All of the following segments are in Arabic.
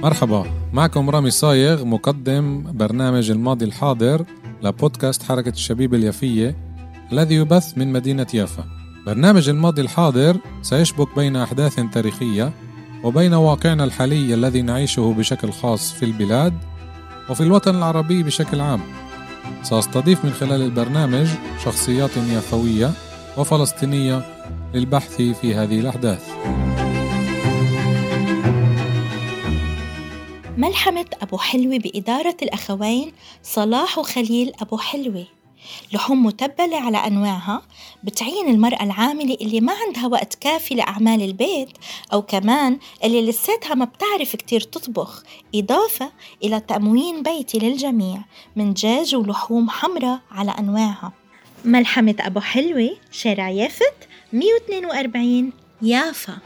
مرحبا، معكم رامي صايغ مقدم برنامج الماضي الحاضر لبودكاست حركة الشبيب اليافية الذي يبث من مدينة يافا. برنامج الماضي الحاضر سيشبك بين أحداث تاريخية وبين واقعنا الحالي الذي نعيشه بشكل خاص في البلاد وفي الوطن العربي بشكل عام. سأستضيف من خلال البرنامج شخصيات يافوية وفلسطينية للبحث في هذه الأحداث. ملحمة أبو حلوة بإدارة الأخوين صلاح وخليل أبو حلوة. لحوم متبلة على أنواعها بتعين المرأة العاملة اللي ما عندها وقت كافي لأعمال البيت، أو كمان اللي لساتها ما بتعرف كتير تطبخ، إضافة إلى تموين بيتي للجميع من دجاج ولحوم حمراء على أنواعها. ملحمة أبو حلوة، شارع يافت 142 يافا.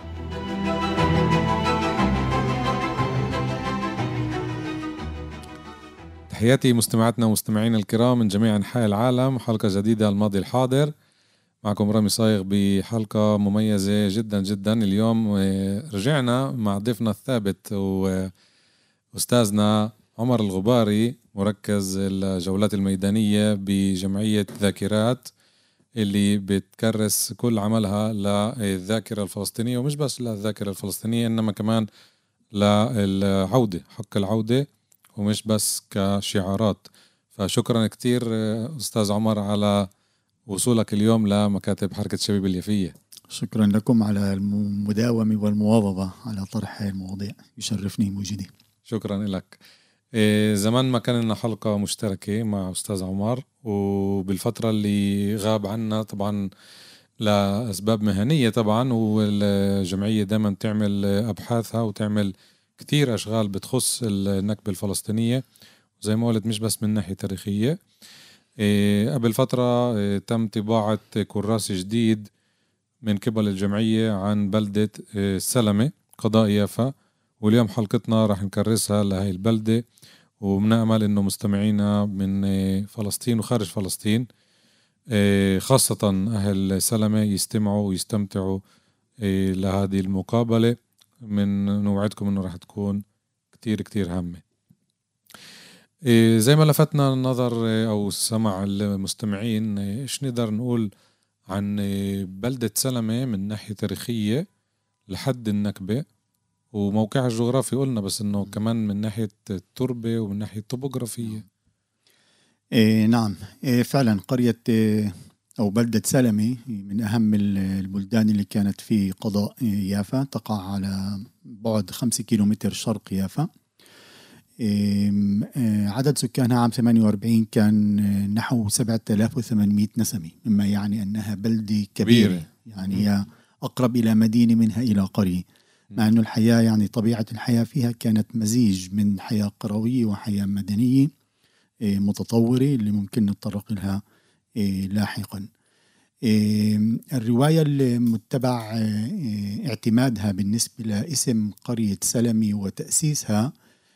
تحياتي مستمعاتنا ومستمعين الكرام من جميع أنحاء العالم. حلقة جديدة الماضي الحاضر، معكم رامي صايغ بحلقة مميزة جدا جدا. اليوم رجعنا مع ضيفنا الثابت وأستاذنا عمر الغباري، مركز الجولات الميدانية بجمعية ذاكرات اللي بتكرس كل عملها للذاكرة الفلسطينية، ومش بس للذاكرة الفلسطينية إنما كمان للعودة، حق العودة، ومش بس كشعارات. فشكرا كتير أستاذ عمر على وصولك اليوم لمكاتب حركة الشبيب اليافية. شكرا لكم على المداومة والمواظبة على طرح المواضيع، يشرفني موجودي. شكرا لك. زمان ما كان لنا حلقة مشتركة مع أستاذ عمر، وبالفترة اللي غاب عنا طبعا لأسباب مهنية طبعا، والجمعية دائما تعمل أبحاثها وتعمل كتير أشغال بتخص النكبة الفلسطينية، زي ما قلت مش بس من ناحية تاريخية. قبل فترة تم طباعة كراس جديد من قبل الجمعية عن بلدة سلمة قضاء يافا، واليوم حلقتنا راح نكرسها لهي البلدة، وبنأمل إنه مستمعينا من فلسطين وخارج فلسطين خاصة أهل سلمة يستمعوا ويستمتعوا لهذه المقابلة. من نوعدكم إنه راح تكون كتير كتير هامة. زي ما لفتنا النظر أو سمع المستمعين، إيش نقدر نقول عن بلدة سلمة من ناحية تاريخية لحد النكبة وموقعها الجغرافي قلنا، بس إنه كمان من ناحية التربة ومن ناحية الطبوغرافية. نعم، فعلا قرية أو بلدة سلمة من أهم البلدان اللي كانت في قضاء يافا، تقع على بعد 5 كيلومتر شرق يافا. عدد سكانها عام 48 كان نحو 7800 نسمة، مما يعني أنها بلدة كبيرة، يعني هي أقرب إلى مدينة منها إلى قرية، مع أنه الحياة يعني طبيعة الحياة فيها كانت مزيج من حياة قروية وحياة مدنية متطورة اللي ممكن نتطرق لها لاحقا. الرواية المتبع اعتمادها بالنسبة لاسم قرية سلمة وتأسيسها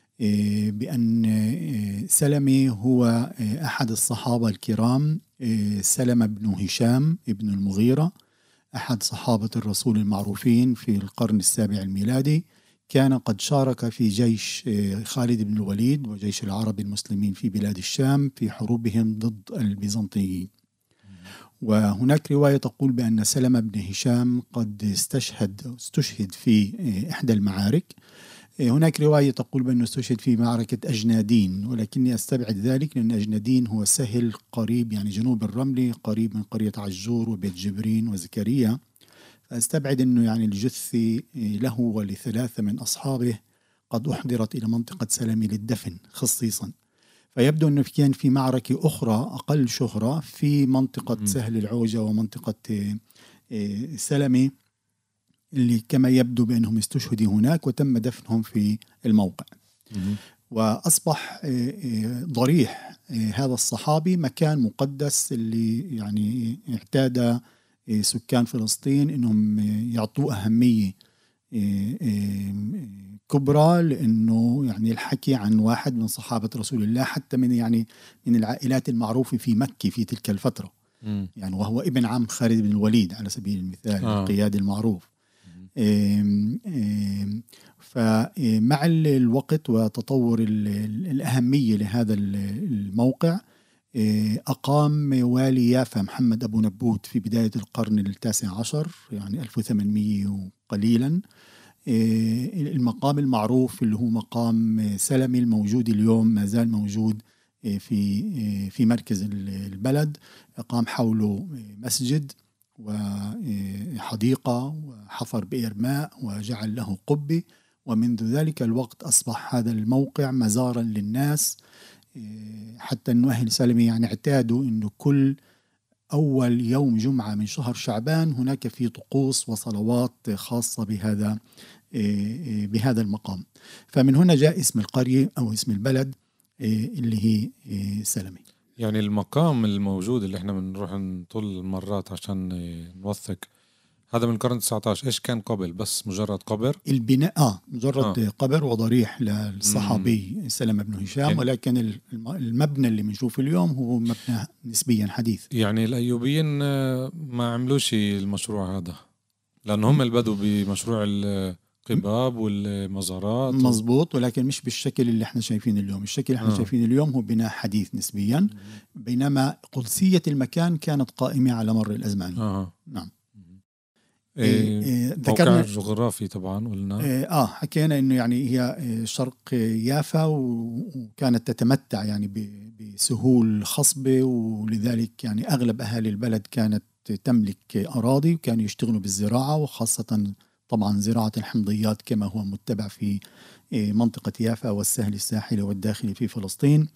بأن سلمة هو أحد الصحابة الكرام، سلمة بن هشام ابن المغيرة، أحد صحابة الرسول المعروفين في القرن السابع الميلادي. كان قد شارك في جيش خالد بن الوليد وجيش العرب المسلمين في بلاد الشام في حروبهم ضد البيزنطيين. وهناك رواية تقول بأن سلمة بن هشام قد استشهد في إحدى المعارك. هناك رواية تقول بأنه استشهد في معركة أجنادين، ولكني أستبعد ذلك لأن أجنادين هو سهل قريب، يعني جنوب الرملة، قريب من قرية عجور وبيت جبرين وزكريا. فأستبعد أنه يعني الجثة له ولثلاثة من أصحابه قد أحضرت إلى منطقة سلمة للدفن خصيصا. فيبدو أنه كان في معركة أخرى أقل شهرة في منطقة سهل العوجة ومنطقة سلمة، اللي كما يبدو بأنهم استشهدوا هناك وتم دفنهم في الموقع. وأصبح ضريح هذا الصحابي مكان مقدس اللي يعني اعتاد سكان فلسطين أنهم يعطوه أهمية كبرى، لأنه يعني الحكي عن واحد من صحابة رسول الله، حتى من العائلات المعروفة في مكة في تلك الفترة، يعني وهو ابن عم خالد بن الوليد على سبيل المثال، القيادي المعروف. فمع الوقت وتطور الأهمية لهذا الموقع، أقام والي يافا محمد أبو نبوت في بداية القرن التاسع عشر، يعني 1800 وقليلا، المقام المعروف اللي هو مقام سلمي الموجود اليوم، ما زال موجود في مركز البلد. أقام حوله مسجد وحديقة وحفر بئر ماء وجعل له قبة، ومنذ ذلك الوقت أصبح هذا الموقع مزارا للناس، حتى أنه أهل سلمي يعني اعتادوا أنه كل أول يوم جمعة من شهر شعبان هناك في طقوس وصلوات خاصة بهذا المقام. فمن هنا جاء اسم القرية أو اسم البلد اللي هي سلمي. يعني المقام الموجود اللي احنا بنروح نطل مرات عشان نوثق، هذا من القرن 19. ايش كان قبل؟ بس مجرد قبر؟ البناء مجرد قبر وضريح للصحابي سلمة بن هشام، ولكن المبنى اللي بنشوفه اليوم هو مبنى نسبيا حديث. يعني الأيوبيين ما عملوش المشروع هذا، لأن هم اللي بدوا بمشروع القباب والمزارات. مزبوط، ولكن مش بالشكل اللي احنا شايفين اليوم. الشكل اللي احنا شايفين اليوم هو بناء حديث نسبيا، بينما قدسية المكان كانت قائمة على مر الأزمان. نعم. ذكرنا الجغرافي طبعا، قلنا حكينا انه يعني هي شرق يافا، وكانت تتمتع يعني بسهول خصبة، ولذلك يعني اغلب اهالي البلد كانت تملك اراضي وكانوا يشتغلوا بالزراعة، وخاصة طبعا زراعة الحمضيات كما هو متبع في منطقة يافا والسهل الساحلي والداخلي في فلسطين.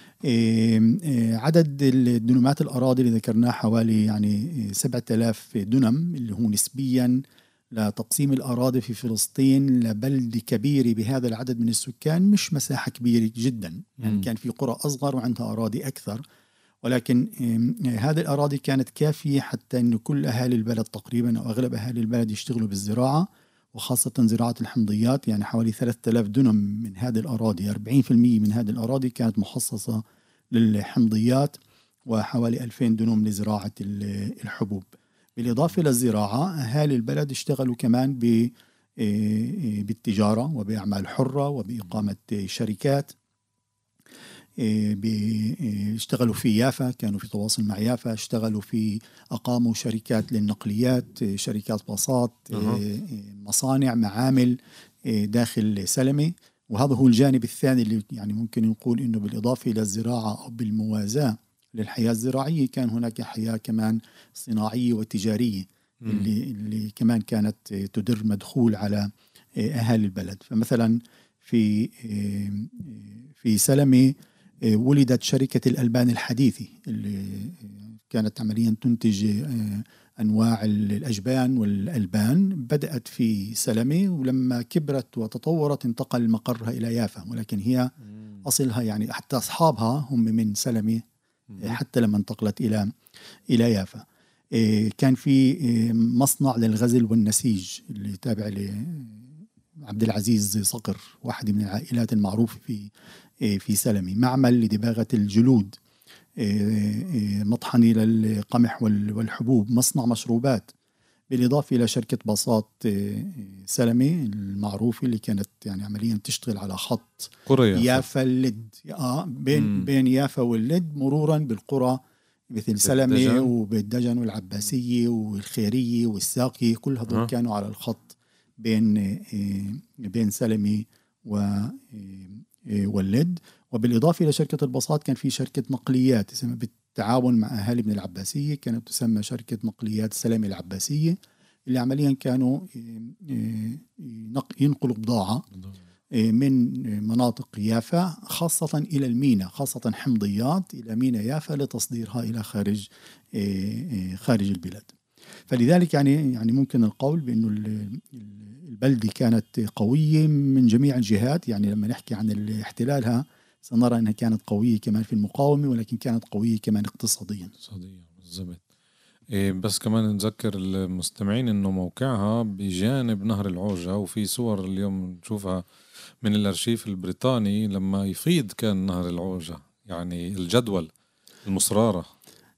عدد الدنومات الأراضي اللي ذكرناه حوالي يعني 7000 دنم، اللي هو نسبيا لتقسيم الأراضي في فلسطين لبلد كبير بهذا العدد من السكان مش مساحة كبيرة جدا. يعني كان في قرى أصغر وعندها أراضي أكثر، ولكن هذه الأراضي كانت كافية حتى أن كل أهالي البلد تقريبا أو أغلب أهالي البلد يشتغلوا بالزراعة، وخاصة زراعة الحمضيات. يعني حوالي 3000 دنم من هذه الأراضي، 40% من هذه الأراضي كانت مخصصة للحمضيات، وحوالي 2000 دنم لزراعة الحبوب. بالإضافة للزراعة، أهالي البلد اشتغلوا كمان بالتجارة وبأعمال حرة وبإقامة شركات. اشتغلوا في يافا، كانوا في تواصل مع يافا، اشتغلوا أقاموا شركات للنقليات، شركات باصات، مصانع، معامل داخل سلمي. وهذا هو الجانب الثاني اللي يعني ممكن نقول إنه بالإضافة إلى الزراعة أو بالموازاة للحياة الزراعية، كان هناك حياة كمان صناعية وتجارية اللي كمان كانت تدر مدخول على أهالي البلد. فمثلا في سلمي ولدت شركة الألبان الحديثة، اللي كانت عمليا تنتج أنواع الأجبان والألبان. بدأت في سلمي، ولما كبرت وتطورت انتقل مقرها إلى يافا، ولكن هي أصلها يعني حتى أصحابها هم من سلمي حتى لما انتقلت إلى يافا. كان في مصنع للغزل والنسيج اللي تابع لعبد العزيز صقر، واحد من العائلات المعروفة في سلمي. معمل لدباغة الجلود، مطحني للقمح والحبوب، مصنع مشروبات، بالإضافة إلى شركة باصات سلمي المعروفة اللي كانت يعني عمليا تشتغل على خط يافا اللد، بين يافا واللد، مرورا بالقرى مثل سلمي وبالدجن والعباسية والخيرية والساقية. كل هذول كانوا على الخط بين سلمي واللد. وبالإضافة إلى شركة الباصات كان في شركة نقليات اسمها بالتعاون مع أهالي من العباسية، كانت تسمى شركة نقليات سلمي العباسية، اللي عمليا كانوا ينقلوا بضاعة من مناطق يافا خاصة إلى المينا، خاصة حمضيات إلى مينا يافا لتصديرها إلى خارج البلاد. فلذلك يعني ممكن القول بأنه البلدة كانت قوية من جميع الجهات. يعني لما نحكي عن احتلالها سنرى أنها كانت قوية كمان في المقاومة، ولكن كانت قوية كمان اقتصاديا. بالضبط. بس كمان نذكر المستمعين أنه موقعها بجانب نهر العوجة، وفي صور اليوم نشوفها من الأرشيف البريطاني لما يفيض كان نهر العوجة، يعني الجدول المصرارة.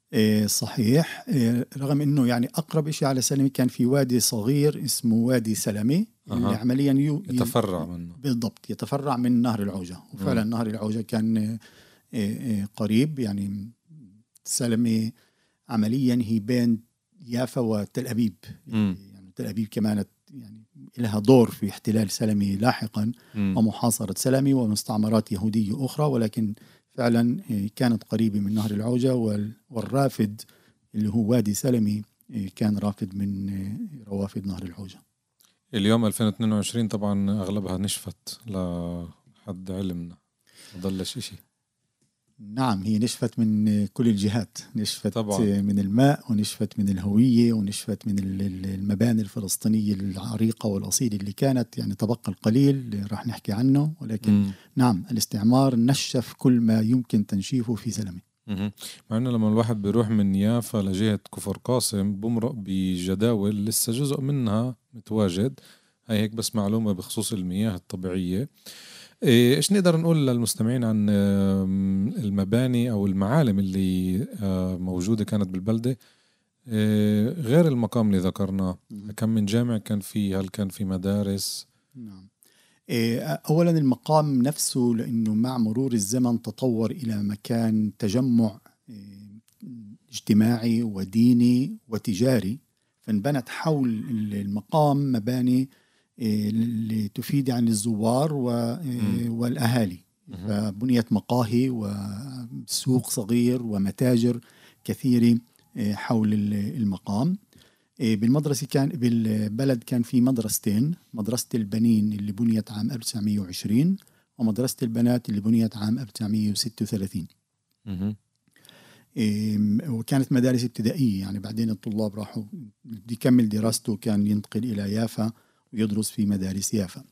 صحيح. رغم أنه يعني أقرب إشي على سلمي كان في وادي صغير اسمه وادي سلمي اللي عمليا يتفرع منه. بالضبط، يتفرع من نهر العوجة. وفعلا نهر العوجة كان قريب، يعني سلمي عمليا هي بين يافا وتل أبيب. يعني تل أبيب كمان يعني لها دور في احتلال سلمي لاحقا ومحاصرة سلمي ومستعمرات يهودية أخرى، ولكن فعلا كانت قريبة من نهر العوجة. والرافد اللي هو وادي سلمي كان رافد من روافد نهر العوجة. اليوم 2022 طبعا أغلبها نشفت لحد علمنا، ما ضلش إشي. نعم، هي نشفت من كل الجهات، نشفت طبعاً. من الماء، ونشفت من الهوية، ونشفت من المباني الفلسطينية العريقة والأصيلة اللي كانت. يعني تبقى القليل راح نحكي عنه، ولكن نعم الاستعمار نشف كل ما يمكن تنشيفه في سلمي. مع أنه لما الواحد بيروح من يافا لجهة كفر قاسم بمرق بجداول لسه جزء منها متواجد. هاي هيك بس معلومة بخصوص المياه الطبيعية. إيش نقدر نقول للمستمعين عن المباني أو المعالم اللي موجودة كانت بالبلدة غير المقام اللي ذكرناه؟ كم من جامع كان فيه؟ هل كان في مدارس؟ نعم. أولا المقام نفسه لأنه مع مرور الزمن تطور إلى مكان تجمع اجتماعي وديني وتجاري، فانبنت حول المقام مباني اللي تفيد عن الزوار والأهالي. فبنيت مقاهي وسوق صغير ومتاجر كثيرة حول المقام. بالمدرسة بالبلد كان في مدرستين، مدرسة البنين اللي بنيت عام 1920 ومدرسة البنات اللي بنيت عام 1936. وكانت مدارس ابتدائية، يعني بعدين الطلاب راحوا بده يكمل دراسته كان ينتقل إلى يافا ويدرس في مدارس يافا.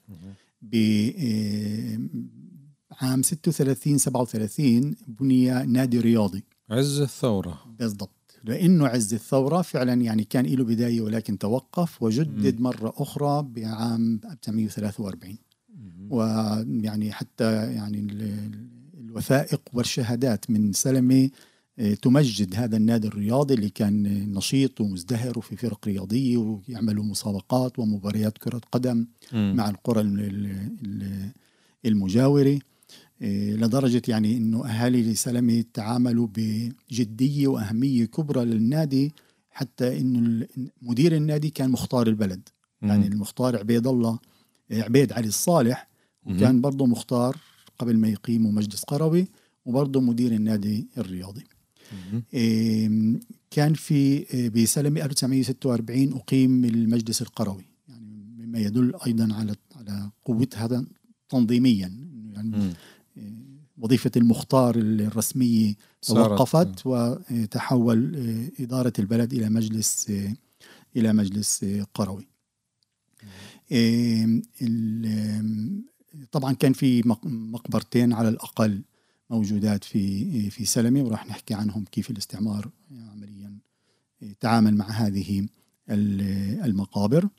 بعام 36-37 بني نادي رياضي عز الثورة. بالضبط، لأنه عز الثورة فعلا يعني كان له بداية ولكن توقف وجدد مرة أخرى بعام 1943. ويعني حتى يعني الوثائق والشهادات من سلمي تمجد هذا النادي الرياضي اللي كان نشيط ومزدهر وفي فرق رياضية ويعملوا مسابقات ومباريات كرة قدم مع القرى المجاورة، لدرجة يعني إنه أهالي سلمي تعاملوا بجدية وأهمية كبرى للنادي، حتى إنه مدير النادي كان مختار البلد. يعني المختار عبيد علي الصالح، وكان برضه مختار قبل ما يقيموا مجلس قروي، وبرضه مدير النادي الرياضي. كان في بسلمي 1946 أقيم المجلس القروي، يعني مما يدل أيضا على قوتها تنظيميا. يعني وظيفة المختار الرسمية توقفت وتحول إدارة البلد إلى مجلس قروي. طبعا كان في مقبرتين على الأقل موجودات في سلمي، وراح نحكي عنهم كيف الاستعمار عمليا تعامل مع هذه المقابر.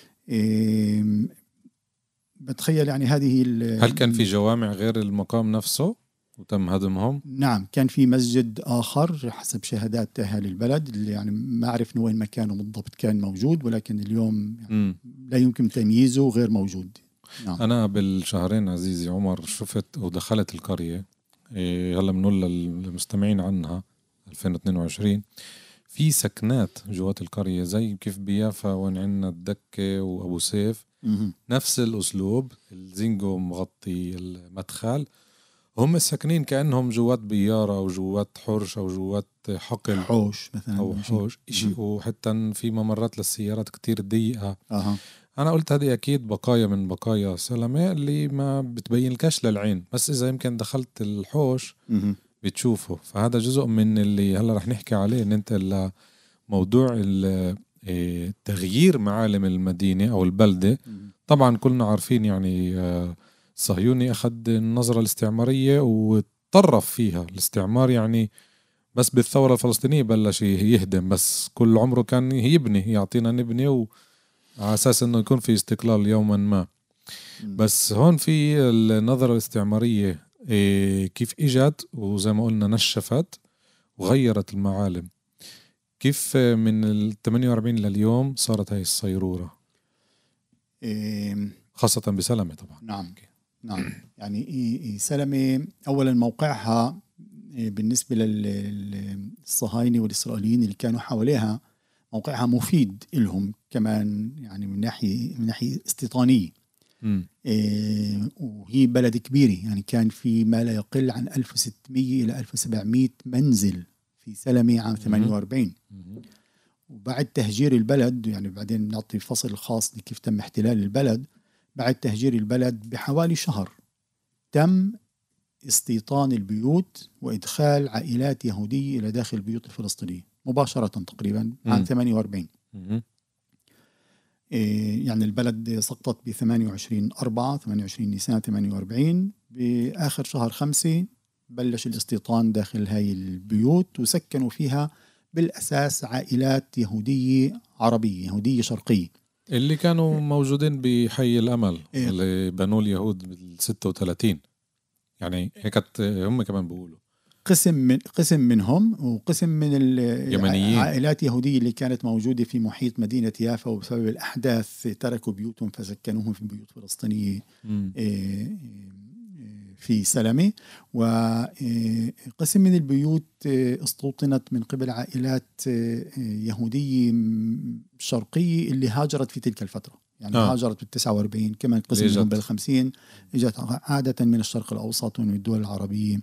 بتخيل يعني هل كان في جوامع غير المقام نفسه وتم هدمهم؟ نعم، كان في مسجد آخر حسب شهادات أهل البلد، اللي يعني ما أعرف وين مكانه بالضبط كان موجود، ولكن اليوم يعني لا يمكن تمييزه، غير موجود. نعم. أنا بالشهرين عزيزي عمر شفت ودخلت القرية، هلا بنقول للمستمعين عنها 2022 في سكنات جوات القرية زي كيف بيافا وين عنا الدكة وأبو سيف. نفس الأسلوب، الزنجو مغطي المدخل، هم الساكنين كأنهم جوات بيارة أو جوات حرش أو جوات حقل حوش مثلا أو حوش إشي. وحتى في ممرات للسيارات كتير ضيقة. أنا قلت هذه أكيد بقايا من بقايا سلمة اللي ما بتبين الكش للعين، بس إذا يمكن دخلت الحوش بتشوفه. فهذا جزء من اللي هلا رح نحكي عليه، إن أنت موضوع تغيير معالم المدينة أو البلدة. طبعا كلنا عارفين يعني الصهيوني أخذ النظرة الاستعمارية وتطرف فيها الاستعمار، يعني بس بالثورة الفلسطينية بلش يهدم، بس كل عمره كان يبني، يعطينا نبني على أساس أنه يكون في استقلال يوما ما. بس هون في النظرة الاستعمارية كيف إجت وزي ما قلنا نشفت وغيرت المعالم. كيف من ال 48 لليوم صارت هاي الصيرورة خاصة بسلمة طبعا؟ نعم يعني سلمة أولا موقعها بالنسبة للصهاينة والإسرائيليين اللي كانوا حواليها موقعها مفيد لهم كمان، يعني من ناحية استيطانية. وهي بلد كبيرة، يعني كان في ما لا يقل عن 1600 إلى 1700 منزل في سلمة عام 48. وبعد تهجير البلد، يعني بعدين نعطي فصل خاص لكيف تم احتلال البلد، بعد تهجير البلد بحوالي شهر تم استيطان البيوت وإدخال عائلات يهودية إلى داخل البيوت الفلسطينية مباشرة تقريبا عام 48. يعني البلد سقطت ب 28 نيسان 48. بآخر شهر 5 بلش الاستيطان داخل هاي البيوت، وسكنوا فيها بالأساس عائلات يهودية عربية، يهودية شرقية، اللي كانوا موجودين بحي الأمل اللي بنوا اليهود بال36. يعني هيك هم كمان بيقولوا قسم منهم، وقسم من العائلات اليهودية اللي كانت موجودة في محيط مدينة يافا، وبسبب الأحداث تركوا بيوتهم فسكنوهم في بيوت فلسطينية في سلمة. وقسم من البيوت استوطنت من قبل عائلات يهودية شرقية اللي هاجرت في تلك الفترة، يعني هاجرت بال49. كمان قسم منهم بال50 اجت عادة من الشرق الأوسط ومن الدول العربية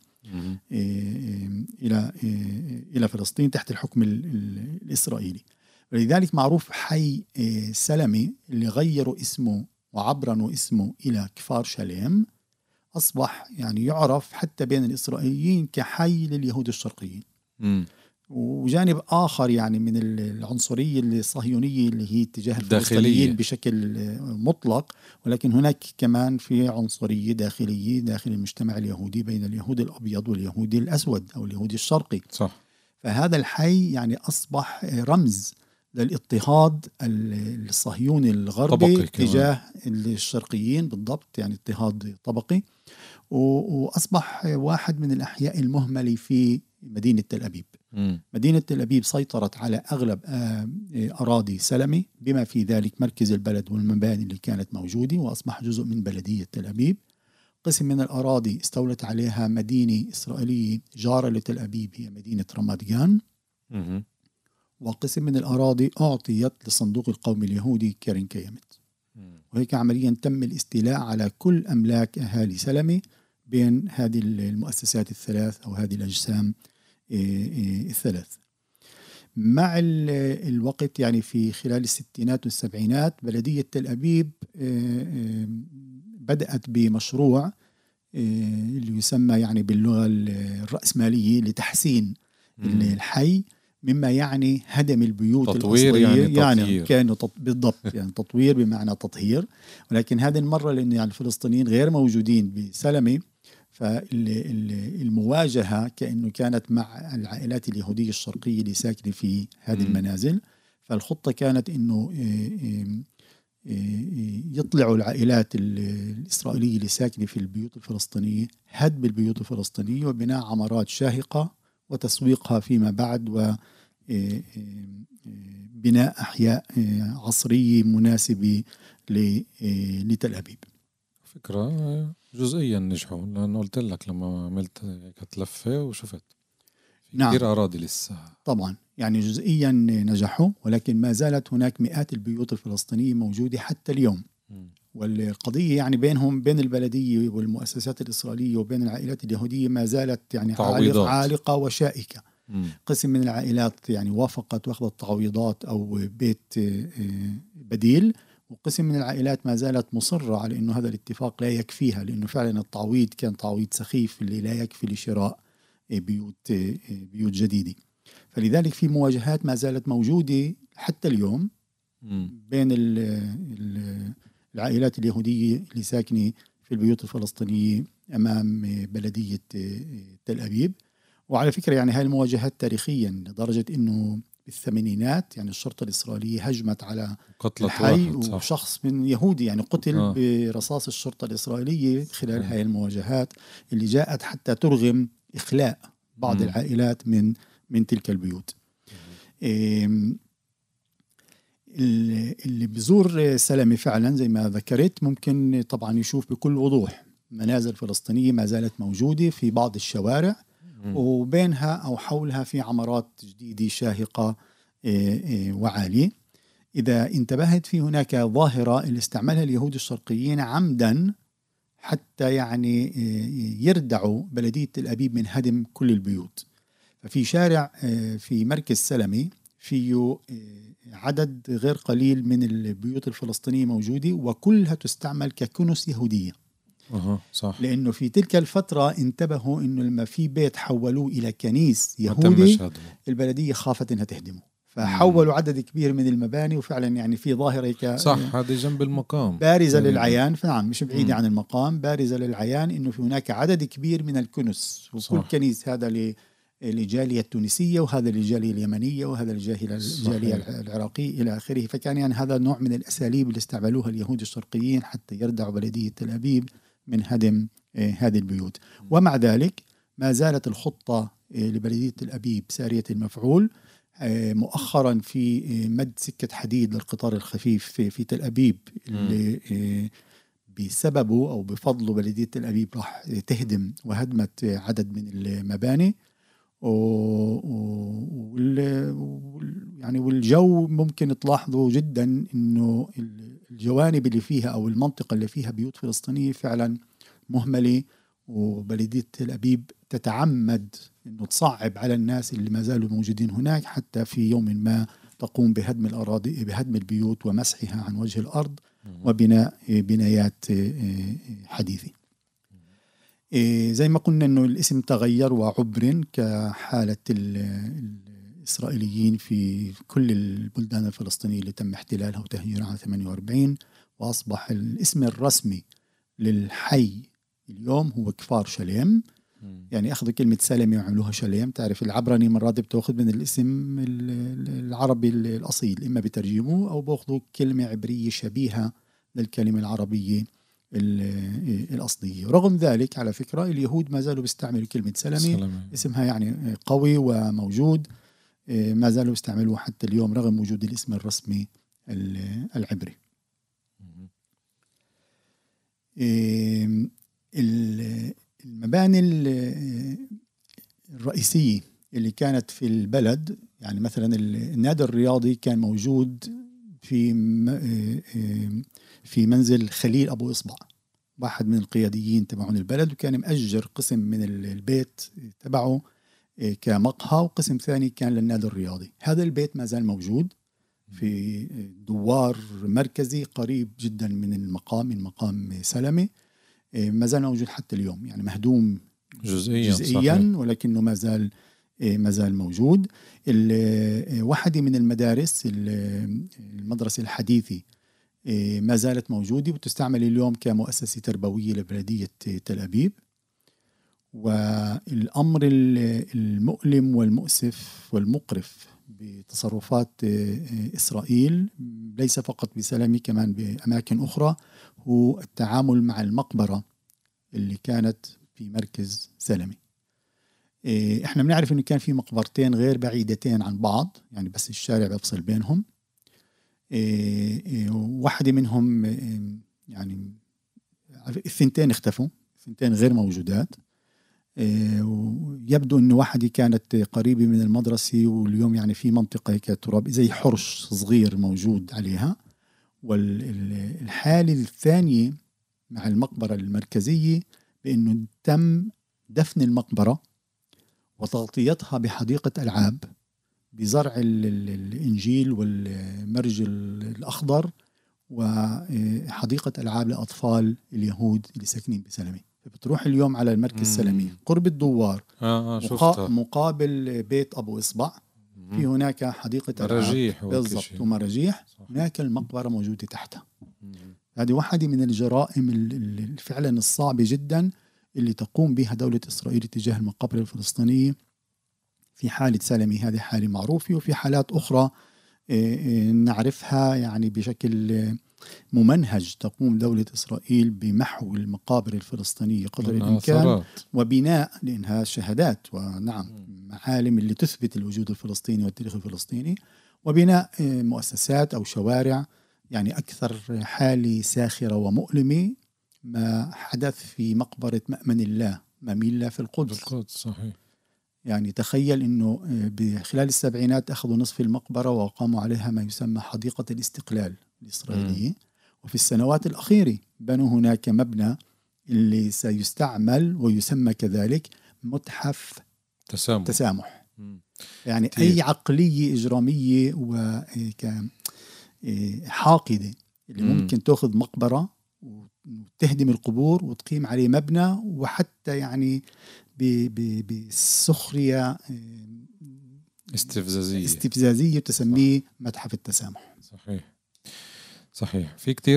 إلى فلسطين تحت الحكم الإسرائيلي. ولذلك معروف حي سلمة اللي غيروا اسمه وعبرنوا اسمه إلى كفار شاليم، أصبح يعني يعرف حتى بين الإسرائيليين كحي لليهود الشرقيين. وجانب آخر يعني من العنصرية الصهيونية اللي هي تجاه الفلسطينيين بشكل مطلق، ولكن هناك كمان في عنصرية داخلية داخل المجتمع اليهودي بين اليهود الأبيض واليهود الأسود أو اليهود الشرقي. صح. فهذا الحي يعني أصبح رمز للاضطهاد الصهيوني الغربي تجاه الشرقيين، بالضبط، يعني اضطهاد طبقي. وأصبح واحد من الأحياء المهملة في مدينة تل أبيب. مدينة تل أبيب سيطرت على أغلب أراضي سلمة، بما في ذلك مركز البلد والمباني اللي كانت موجودة، وأصبح جزء من بلدية تل أبيب. قسم من الأراضي استولت عليها مدينة إسرائيلية جارة لتل أبيب، هي مدينة رمات جان. وقسم من الأراضي أعطيت للصندوق القومي اليهودي كيرن كيامت. وهيك عمليا تم الاستيلاء على كل أملاك أهالي سلمة بين هذه المؤسسات الثلاث أو هذه الأجسام الثلاث. مع الوقت، يعني في خلال الستينات والسبعينات، بلدية تل أبيب بدأت بمشروع اللي يسمى يعني باللغة الرأسمالية لتحسين الحي، مما يعني هدم البيوت تطوير الأصلية. يعني كانوا بالضبط يعني تطوير بمعنى تطهير. ولكن هذه المرة لأن يعني الفلسطينيين غير موجودين بسلمة، فالمواجهة كأنه كانت مع العائلات اليهودية الشرقية اللي ساكنة في هذه المنازل. فالخطة كانت أنه يطلعوا العائلات الإسرائيلية اللي ساكنة في البيوت الفلسطينية، هدم البيوت الفلسطينية وبناء عمارات شاهقة وتسويقها فيما بعد، وبناء أحياء عصرية مناسبة لتل أبيب. فكرة جزئيا نجحوا، لأنه قلت لك لما عملت لفة وشفت كثير أراضي لسه. طبعا يعني جزئيا نجحوا، ولكن ما زالت هناك مئات البيوت الفلسطينية موجودة حتى اليوم. والقضية يعني بينهم، بين البلدية والمؤسسات الإسرائيلية وبين العائلات اليهودية، ما زالت يعني عالقة وشائكة. قسم من العائلات يعني وافقت واخذت تعويضات أو بيت بديل، وقسم من العائلات ما زالت مصرة على أنه هذا الاتفاق لا يكفيها، لأنه فعلا التعويض كان تعويض سخيف اللي لا يكفي لشراء بيوت جديدة. فلذلك في مواجهات ما زالت موجودة حتى اليوم بين العائلات اليهودية اللي ساكنة في البيوت الفلسطينية أمام بلدية تل أبيب. وعلى فكرة يعني هاي المواجهات تاريخيا لدرجة أنه بالثمانينات يعني الشرطة الإسرائيلية هجمت على الحي، وشخص من يهودي يعني قتل برصاص الشرطة الإسرائيلية خلال هاي المواجهات اللي جاءت حتى ترغم إخلاء بعض العائلات من تلك البيوت. اللي بزور سلمي فعلا زي ما ذكرت ممكن طبعا يشوف بكل وضوح منازل فلسطينية ما زالت موجودة في بعض الشوارع، وبينها أو حولها في عمارات جديدة شاهقة وعالية. إذا انتبهت في هناك ظاهرة اللي استعملها اليهود الشرقيين عمدا حتى يعني يردعوا بلدية تل أبيب من هدم كل البيوت. ففي شارع في مركز سلمي فيه عدد غير قليل من البيوت الفلسطينية موجودة وكلها تستعمل ككنس يهودية. صح. لأنه في تلك الفترة انتبهوا إنه لما في بيت حولوه إلى كنيس يهودي البلدية خافت إنها تهدمه، فحولوا عدد كبير من المباني. وفعلا يعني في ظاهرة صح، هذه جنب المقام بارزة للعيان، فنعم مش بعيدة عن المقام، بارزة للعيان إنه في هناك عدد كبير من الكنس، وكل صح. كنيس هذا للجالية التونسية، وهذا للجالية اليمنية، وهذا للجالية العراقية إلى آخره. فكان يعني هذا نوع من الأساليب اللي استعملوها اليهود الشرقيين حتى يردعوا بلدية تل أبيب من هدم هذه البيوت. ومع ذلك ما زالت الخطة لبلدية تل أبيب سارية المفعول. مؤخرا في مد سكة حديد للقطار الخفيف في تل أبيب اللي بسببه أو بفضله بلدية تل أبيب راح تهدم وهدمت عدد من المباني. يعني والجو ممكن تلاحظوا جدا إنه الجوانب اللي فيها أو المنطقة اللي فيها بيوت فلسطينية فعلا مهملة، وبلدية تل أبيب تتعمد إنه تصعب على الناس اللي ما زالوا موجودين هناك حتى في يوم ما تقوم بهدم الأراضي، بهدم البيوت ومسحها عن وجه الأرض وبناء بنايات حديثة. زي ما قلنا إنه الاسم تغير وعبر كحالة الإسرائيليين في كل البلدان الفلسطينية اللي تم احتلالها وتهجيرها عام 48، وأصبح الاسم الرسمي للحي اليوم هو كفار شليم. يعني أخذوا كلمة سلمي وعملوها شليم. تعرف العبراني مرات بتأخذ من الاسم العربي الأصيل، إما بترجموه أو بأخذوا كلمة عبرية شبيهة للكلمة العربية الأصلية. رغم ذلك على فكرة اليهود ما زالوا بيستعملوا كلمة سلمي، اسمها يعني قوي وموجود، ما زالوا بيستعملوه حتى اليوم رغم وجود الاسم الرسمي العبري. المباني الرئيسية اللي كانت في البلد، يعني مثلا النادي الرياضي كان موجود في منزل خليل أبو إصبع، واحد من القياديين تبعون البلد، وكان مأجر قسم من البيت تبعه كمقهى وقسم ثاني كان للنادي الرياضي. هذا البيت ما زال موجود في دوار مركزي قريب جدا من المقام، من مقام سلمي، ما زال موجود حتى اليوم، يعني مهدوم جزئيا ولكنه ما زال موجود. واحدة من المدارس المدرسة الحديثة ما زالت موجودة وتستعمل اليوم كمؤسسة تربوية لبلدية تل أبيب. والأمر المؤلم والمؤسف والمقرف بتصرفات إسرائيل ليس فقط بسلمي كمان بأماكن أخرى هو التعامل مع المقبرة اللي كانت في مركز سلمي. احنا بنعرف انه كان في مقبرتين غير بعيدتين عن بعض، يعني بس الشارع بيفصل بينهم. واحدة منهم يعني الثنتين اختفوا، الثنتين غير موجودات. يبدو انه واحدة كانت قريبة من المدرسة، واليوم يعني في منطقة كتراب زي حرش صغير موجود عليها. والحالة الثانية مع المقبرة المركزية بأنه تم دفن المقبرة وتغطيتها بحديقة ألعاب بزرع الإنجيل والمرج الأخضر وحديقة ألعاب لأطفال اليهود اللي ساكنين بسلمي. فبتروح اليوم على المركز السلمي قرب الدوار مقابل بيت أبو إصبع، في هناك حديقة مراجيح بالضبط ومراجيح، هناك المقبرة موجودة تحتها. هذه واحدة من الجرائم فعلا الصعبة جدا اللي تقوم بها دولة إسرائيل تجاه المقابر الفلسطينية. في حالة سلمي هذه حالة معروفة، وفي حالات أخرى نعرفها يعني بشكل ممنهج تقوم دولة إسرائيل بمحو المقابر الفلسطينية قدر الإمكان وبناء، لأنها شهادات ونعم المعالم اللي تثبت الوجود الفلسطيني والتاريخ الفلسطيني، وبناء مؤسسات أو شوارع. يعني أكثر حالة ساخرة ومؤلمة ما حدث في مقبرة مأمن الله مميلة في القدس. صحيح. يعني تخيل أنه بخلال السبعينات أخذوا نصف المقبرة وقاموا عليها ما يسمى حديقة الاستقلال الإسرائيلية. وفي السنوات الأخيرة بنوا هناك مبنى اللي سيستعمل ويسمى كذلك متحف تسامح. يعني كتير. أي عقلية إجرامية وحاقدة اللي ممكن تأخذ مقبرة وتهدم القبور وتقيم عليه مبنى، وحتى يعني بسخرية استفزازية تسميه متحف التسامح. صحيح. في كتير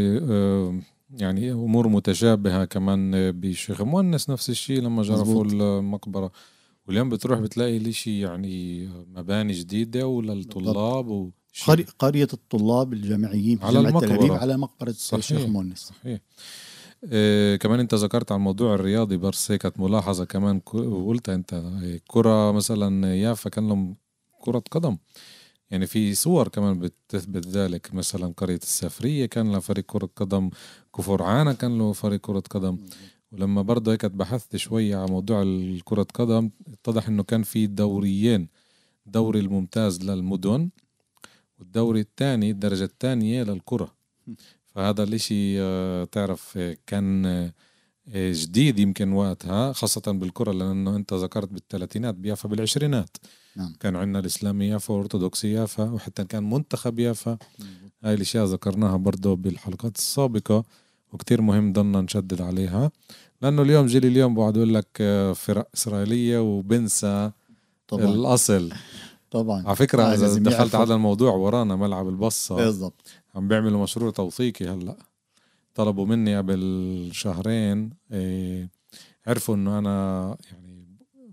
يعني أمور متشابهة كمان بشيخ مؤنس، نفس الشيء لما جرفوا المقبرة. واليوم بتروح بتلاقي ليشي يعني مباني جديدة وللطلاب قرية الطلاب الجامعيين في جامعة تل أبيب على مقبرة الشيخ مؤنس. صحيح. كمان انت ذكرت عن الموضوع الرياضي، بس هيك ملاحظة كمان وقلت انت كرة مثلا يافا كان لهم كرة قدم، يعني في صور كمان بتثبت ذلك. مثلا قرية السافرية كان لها فريق كرة قدم، كفر عانة كان له فريق كرة قدم. ولما برضه هيك بحثت شوية على موضوع الكرة قدم اتضح انه كان في دوريين، دوري الممتاز للمدن والدوري الثاني الدرجة الثانية للكرة. فهذا الاشي تعرف كان جديد يمكن وقتها، خاصة بالكرة، لأنه أنت ذكرت بالثلاثينات بيافا بالعشرينات. نعم. كان عندنا الإسلامي يافا وأرثوذكسي يافا، وحتى كان منتخب يافا. هاي الاشياء ذكرناها برضو بالحلقات السابقة، وكتير مهم ضلنا نشدد عليها، لأنه اليوم جيل اليوم بقعد يقول لك فرق إسرائيلية وبنسى طبعا الأصل. طبعا على فكرة إذا دخلت على الموضوع ورانا ملعب البصة بالضبط عم بيعملوا مشروع توثيقي هلأ، طلبوا مني قبل شهرين. عرفوا انه انا يعني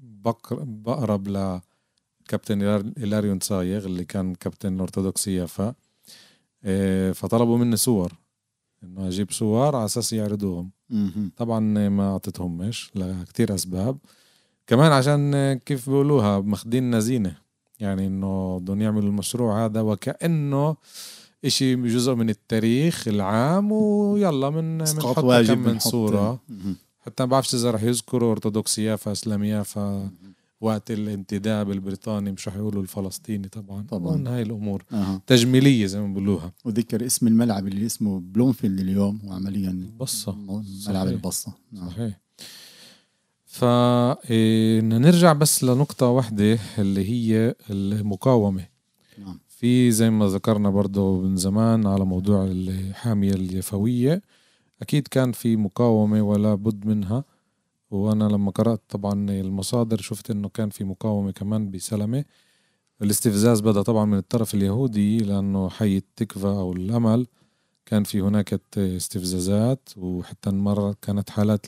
بقرب لكابتن إلاريون صايغ اللي كان كابتن الأرثوذكسي يافا. فطلبوا مني صور، انه اجيب صور على اساس يعرضوهم. طبعا ما اعطيتهمش لكتير اسباب، كمان عشان كيف بيقولوها مخدين نزينة، يعني انه بدهم يعملوا المشروع هذا وكأنه اشي جزء من التاريخ العام، ويلا من حط كم من صورة. حتى ما بعرفش اذا رح يذكروا أرثوذكسي يافا إسلامي يافا وقت الانتداب البريطاني، مش رح يقولوا الفلسطيني طبعا. هاي الامور تجميلية زي ما بيقولوها. وذكر اسم الملعب اللي اسمه بلومفيلد اليوم، وعمليا بصة ملعب البصة. صحيح. فنرجع بس لنقطة واحدة اللي هي المقاومة. في زي ما ذكرنا برضو من زمان على موضوع الحامية اليفوية، أكيد كان في مقاومة ولا بد منها. وأنا لما قرأت طبعا المصادر شفت أنه كان في مقاومة كمان بسلمة. الاستفزاز بدأ طبعا من الطرف اليهودي، لأنه حي التكفى أو الأمل كان في هناك استفزازات، وحتى مرة كانت حالات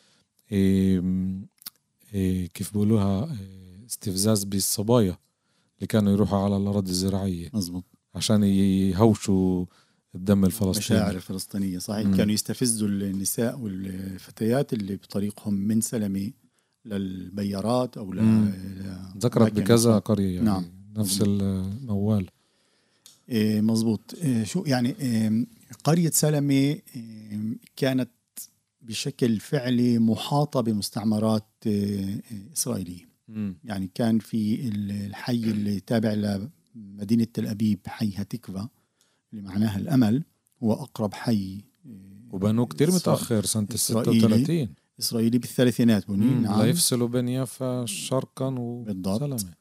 كيف بقولوها استفزاز بالصبايا اللي كانوا يروحوا على الأراضي الزراعية. مزبوط. عشان يهوشوا الدم الفلسطيني، المشاعر الفلسطينية. صحيح. كانوا يستفزوا النساء والفتيات اللي بطريقهم من سلمي للبيارات أو ذكرت بكذا قرية يعني. نعم. نفس الموال. مزبوط. شو يعني قرية سلمي كانت بشكل فعلي محاطة بمستعمرات إسرائيلية. يعني كان في الحي اللي تابع لمدينة تل أبيب حي هتكفى اللي معناها الأمل، هو أقرب حي. وبنوه كتير متأخر سنة 36 إسرائيلي بالثلاثينات. نعم. لا يفصلوا بين يافا شرقا وسلمة.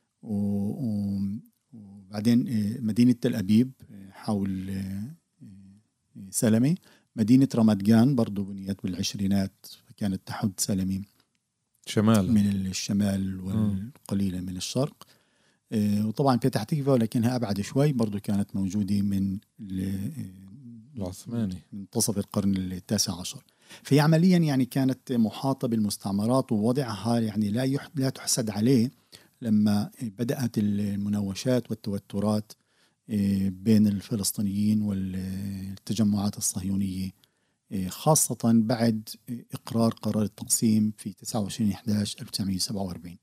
وبعدين مدينة تل أبيب حول سلمة. مدينة رمات جان برضو بنيت بالعشرينات، فكانت تحد سلمي شمال من الشمال والقليلة من الشرق. وطبعا فتح تكفى ولكنها أبعد شوي، برضو كانت موجودة من العثماني منتصف القرن التاسع عشر. في عمليا يعني كانت محاطة بالمستعمرات، ووضعها يعني لا تحسد عليه لما بدأت المناوشات والتوترات بين الفلسطينيين والتجمعات الصهيونية، خاصة بعد إقرار قرار التقسيم في 29/11/1947.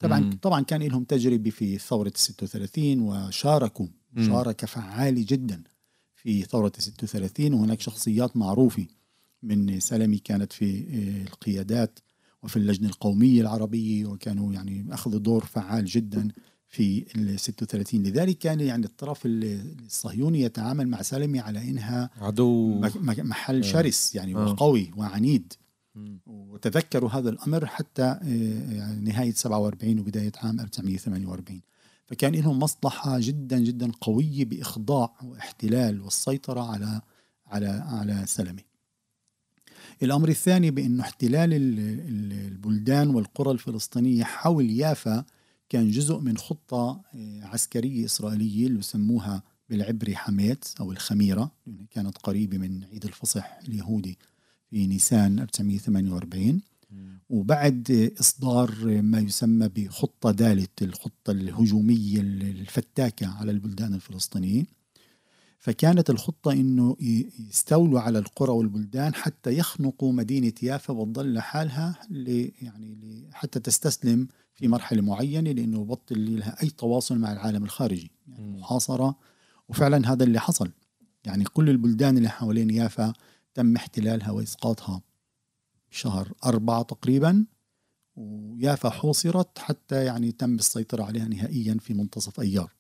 طبعا كان لهم تجربة في ثورة 36 وشاركوا مشاركة فعالة جدا في ثورة 36. وهناك شخصيات معروفة من سلمي كانت في القيادات وفي اللجنة القومية العربية، وكانوا يعني أخذوا دور فعال جدا في 36. لذلك كان يعني الطرف الصهيوني يتعامل مع سلمي على إنها عدو محل شرس يعني وقوي وعنيد. وتذكروا هذا الأمر حتى يعني نهاية 47 وبداية عام 1948. فكان لهم مصلحة جدا جدا قوية بإخضاع واحتلال والسيطرة على سلمي. الأمر الثاني بأنه احتلال البلدان والقرى الفلسطينية حول يافا كان جزء من خطة عسكرية إسرائيلية اللي يسموها بالعبري حميت أو الخميرة، كانت قريبة من عيد الفصح اليهودي في نيسان 1948. وبعد إصدار ما يسمى بخطة دالت، الخطة الهجومية الفتاكة على البلدان الفلسطينية، فكانت الخطة إنه يستولوا على القرى والبلدان حتى يخنقوا مدينة يافا وتظل لحالها حتى تستسلم في مرحلة معينة، لأنه بطل لها أي تواصل مع العالم الخارجي، يعني محاصرة. وفعلا هذا اللي حصل، يعني كل البلدان اللي حوالين يافا تم احتلالها وإسقاطها بشهر 4 تقريبا، ويافا حوصرت حتى يعني تم السيطرة عليها نهائيا في منتصف أيار.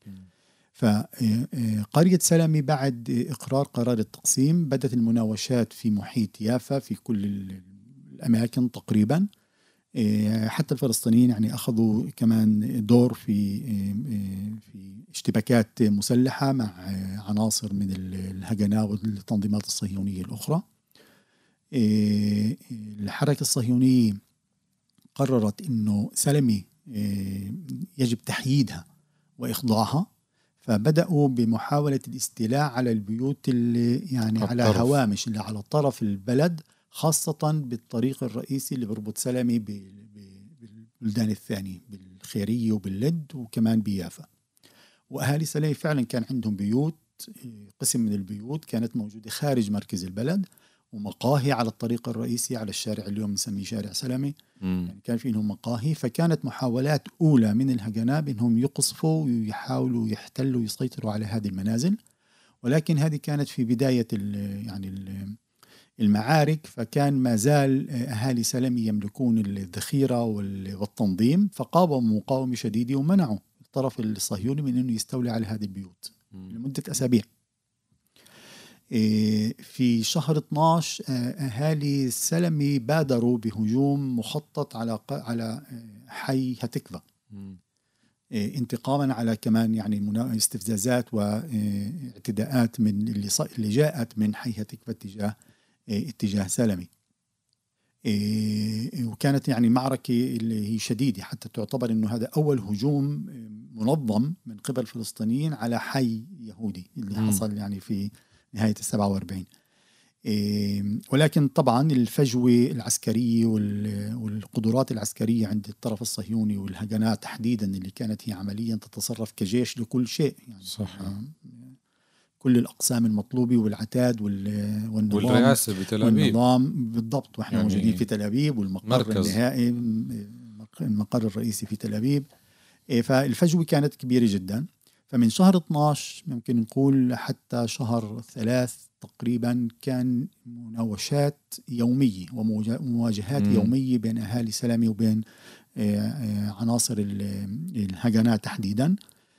فقرية سلمي بعد إقرار قرار التقسيم بدأت المناوشات في محيط يافا في كل الأماكن تقريبا. حتى الفلسطينيين يعني أخذوا كمان دور في اشتباكات مسلحة مع عناصر من الهجنة والتنظيمات الصهيونية الأخرى. الحركة الصهيونية قررت إنه سلمي يجب تحييدها وإخضاعها، فبدأوا بمحاولة الاستيلاء على البيوت اللي يعني على هوامش اللي على طرف البلد، خاصة بالطريق الرئيسي اللي بربط سلمي بالبلدان الثانية بالخيرية وباللد وكمان بيافا. وأهالي سلمي فعلا كان عندهم بيوت، قسم من البيوت كانت موجودة خارج مركز البلد، ومقاهي على الطريق الرئيسي على الشارع اليوم نسميه شارع سلمي. يعني كان فيهم مقاهي. فكانت محاولات أولى من الهجنة بأنهم يقصفوا ويحاولوا يحتلوا ويسيطروا على هذه المنازل، ولكن هذه كانت في بداية المعارك. فكان ما زال أهالي سلمي يملكون الذخيرة والتنظيم، فقاوموا مقاومة شديدة ومنعوا الطرف الصهيوني من أنه يستولي على هذه البيوت لمدة أسابيع. في شهر 12 أهالي سلمي بادروا بهجوم مخطط على حي هتكفى، انتقاما على كمان يعني استفزازات واعتداءات من اللي جاءت من حي هتكفى اتجاه سلمي. وكانت يعني معركة اللي هي شديدة، حتى تعتبر إنه هذا أول هجوم منظم من قبل الفلسطينيين على حي يهودي اللي حصل يعني في نهاية 47. ولكن طبعا الفجوة العسكرية والقدرات العسكرية عند الطرف الصهيوني والهجنات تحديدا اللي كانت هي عمليا تتصرف كجيش لكل شيء، يعني صح. كل الأقسام المطلوبة والعتاد والنظام والرئاسة بتل أبيب والنظام بالضبط. وإحنا يعني موجودين في تل أبيب، والمقر النهائي المقر الرئيسي في تل أبيب. فالفجوة كانت كبيرة جدا. فمن شهر 12 ممكن نقول حتى شهر 3 تقريبا كان مناوشات يومية ومواجهات يومية بين أهالي سلمي وبين عناصر الهجنات تحديدا،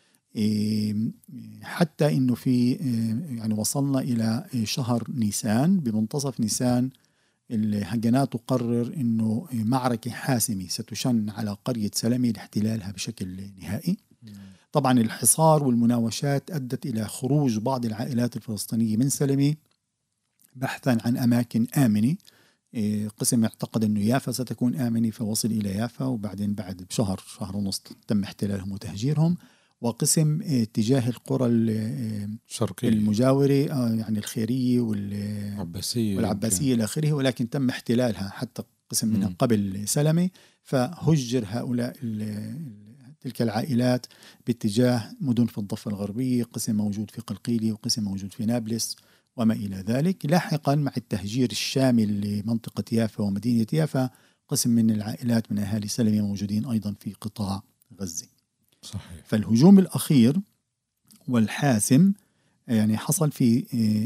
حتى إنه في يعني وصلنا إلى شهر نيسان. بمنتصف نيسان الهجنات تقرر إنه معركة حاسمة ستشن على قرية سلمي لاحتلالها بشكل نهائي. طبعا الحصار والمناوشات أدت إلى خروج بعض العائلات الفلسطينية من سلمي بحثا عن أماكن آمنة. قسم اعتقد أنه يافا ستكون آمنة فوصل إلى يافا، وبعدين بعد شهر ونص تم احتلالهم وتهجيرهم. وقسم اتجاه القرى الشرقية المجاورة يعني الخيرية والعباسية إلى آخره، ولكن تم احتلالها حتى قسم منها قبل سلمي. فهجر هؤلاء تلك العائلات باتجاه مدن في الضفة الغربية، قسم موجود في قلقيلية وقسم موجود في نابلس وما إلى ذلك. لاحقا مع التهجير الشامل لمنطقة يافا ومدينة يافا قسم من العائلات من أهالي سلمة موجودين أيضا في قطاع غزة. صحيح. فالهجوم الأخير والحاسم يعني حصل في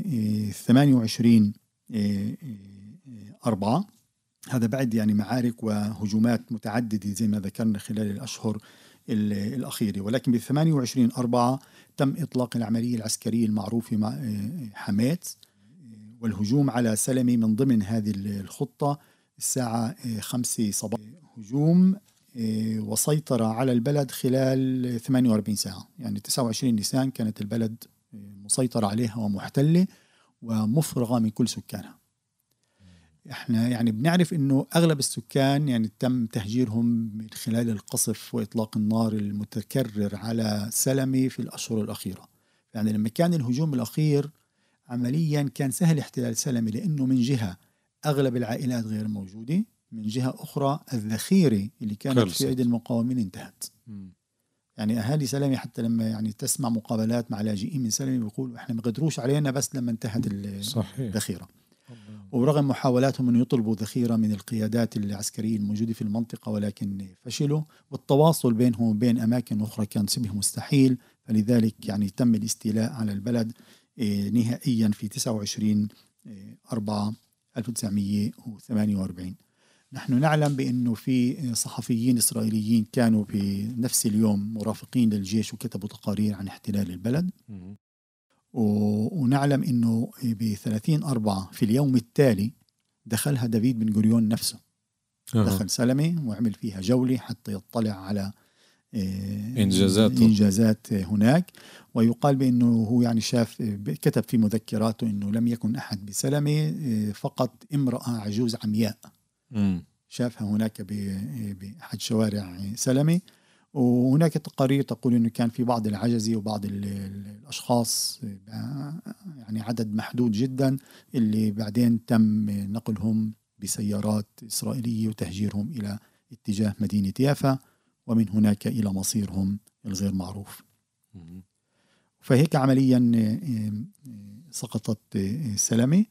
28/4. هذا بعد يعني معارك وهجومات متعددة زي ما ذكرنا خلال الأشهر الأخيرة، ولكن ب 28/4 تم إطلاق العملية العسكرية المعروفة مع حماة، والهجوم على سلمة من ضمن هذه الخطة الساعة 5 صباحا. هجوم وسيطرة على البلد خلال 48 ساعة، يعني 29 نيسان كانت البلد مسيطرة عليها ومحتلة ومفرغة من كل سكانها. احنا يعني بنعرف انه اغلب السكان يعني تم تهجيرهم من خلال القصف واطلاق النار المتكرر على سلمة في الاشهر الاخيرة. يعني لما كان الهجوم الاخير عمليا كان سهل احتلال سلمة، لانه من جهة اغلب العائلات غير موجودة، من جهة اخرى الذخيرة اللي كانت في ايدي المقاومين انتهت. يعني اهالي سلمة حتى لما يعني تسمع مقابلات مع لاجئين من سلمة بيقولوا احنا ما قدروش علينا بس لما انتهت الذخيرة. ورغم محاولاتهم أن يطلبوا ذخيرة من القيادات العسكرية الموجودة في المنطقة ولكن فشلوا، والتواصل بينهم وبين أماكن أخرى كان شبه مستحيل. فلذلك يعني تم الاستيلاء على البلد نهائيا في 29/4/1948. نحن نعلم بأنه في صحفيين إسرائيليين كانوا في نفس اليوم مرافقين للجيش وكتبوا تقارير عن احتلال البلد. ونعلم أنه ب30/4 في اليوم التالي دخلها دافيد بن غوريون نفسه. دخل سلمة وعمل فيها جولة حتى يطلع على إنجازات هناك. ويقال بأنه هو يعني شاف، كتب في مذكراته أنه لم يكن أحد بسلمة، فقط امرأة عجوز عمياء شافها هناك بأحد شوارع سلمة. وهناك تقارير تقول أنه كان في بعض العجزة وبعض الأشخاص، يعني عدد محدود جدا، اللي بعدين تم نقلهم بسيارات إسرائيلية وتهجيرهم إلى اتجاه مدينة يافا، ومن هناك إلى مصيرهم الغير معروف. فهيك عمليا سقطت سلمة.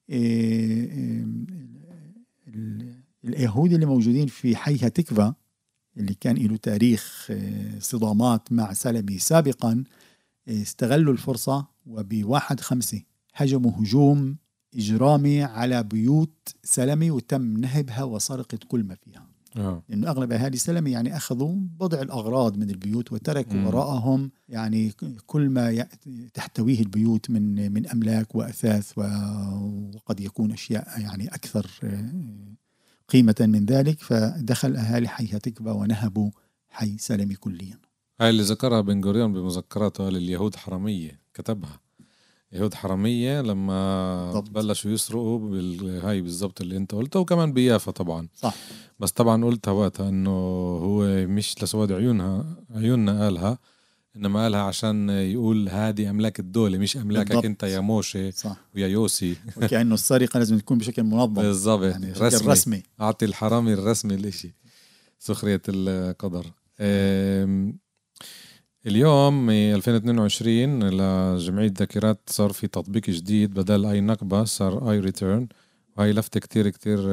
اليهود اللي موجودين في حي هتكفا اللي كان له تاريخ صدامات مع سلمة سابقا استغلوا الفرصة، وب1/5 هجموا هجوم إجرامي على بيوت سلمة وتم نهبها وسرقة كل ما فيها. لأنه أغلب أهالي سلمة يعني أخذوا بضع الأغراض من البيوت وتركوا وراءهم يعني كل ما تحتويه البيوت من أملاك وأثاث، وقد يكون أشياء يعني أكثر قيمة من ذلك. فدخل أهالي حي هتكفا ونهبوا حي سلمي كليا. هاي اللي ذكرها بن غوريون بمذكراته، قال اليهود حرامية، كتبها يهود حرامية لما بالضبط بلشوا يسرقوا هاي بالضبط اللي انت قلته، وكمان بيافا طبعا. صح. بس طبعا قلتها وقتها انه هو مش لسواد عيوننا قالها، انما قالها عشان يقول هذه املاك الدولة مش املاكك بالضبط انت يا موشي. صح. ويا يوسي. وكأنه السرقة لازم تكون بشكل منظم بالضبط، يعني رسمي. اعطي الحرامي الرسمي الاشي. سخرية القدر. اليوم 2022 لجمعية ذاكرات صار في تطبيق جديد، بدل اي نكبة صار اي ريتيرن، وهي لفتة كتير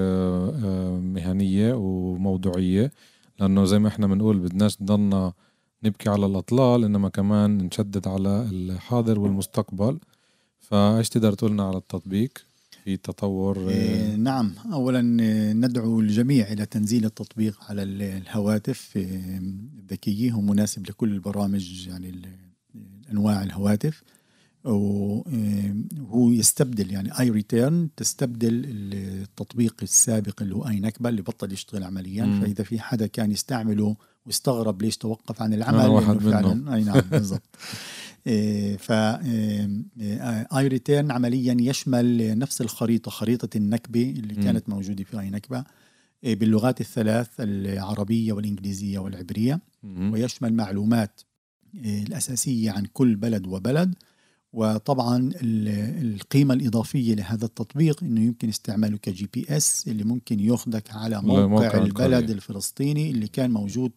مهنية وموضوعية، لأنه زي ما احنا بنقول بدناش ضلنا نبكي على الأطلال، إنما كمان نشدد على الحاضر والمستقبل. فايش تقدر تقولنا على التطبيق في تطور؟ نعم، أولا ندعو الجميع إلى تنزيل التطبيق على الهواتف الذكية، هو مناسب لكل البرامج يعني أنواع الهواتف، وهو يستبدل يعني اي ريتيرن تستبدل التطبيق السابق اللي هو اي نكبة اللي بطل يشتغل عمليا. فإذا في حدا كان يستعمله واستغرب ليش توقف عن العمل، واحد فعلا اي نعم بالضبط. اي ريتيرن عمليا يشمل نفس خريطة النكبة اللي كانت موجودة في اي نكبة باللغات الثلاث العربية والإنجليزية والعبرية، ويشمل معلومات الأساسية عن كل بلد وبلد. وطبعا القيمة الإضافية لهذا التطبيق إنه يمكن استعماله كGPS اللي ممكن يأخذك على موقع البلد الفلسطيني اللي كان موجود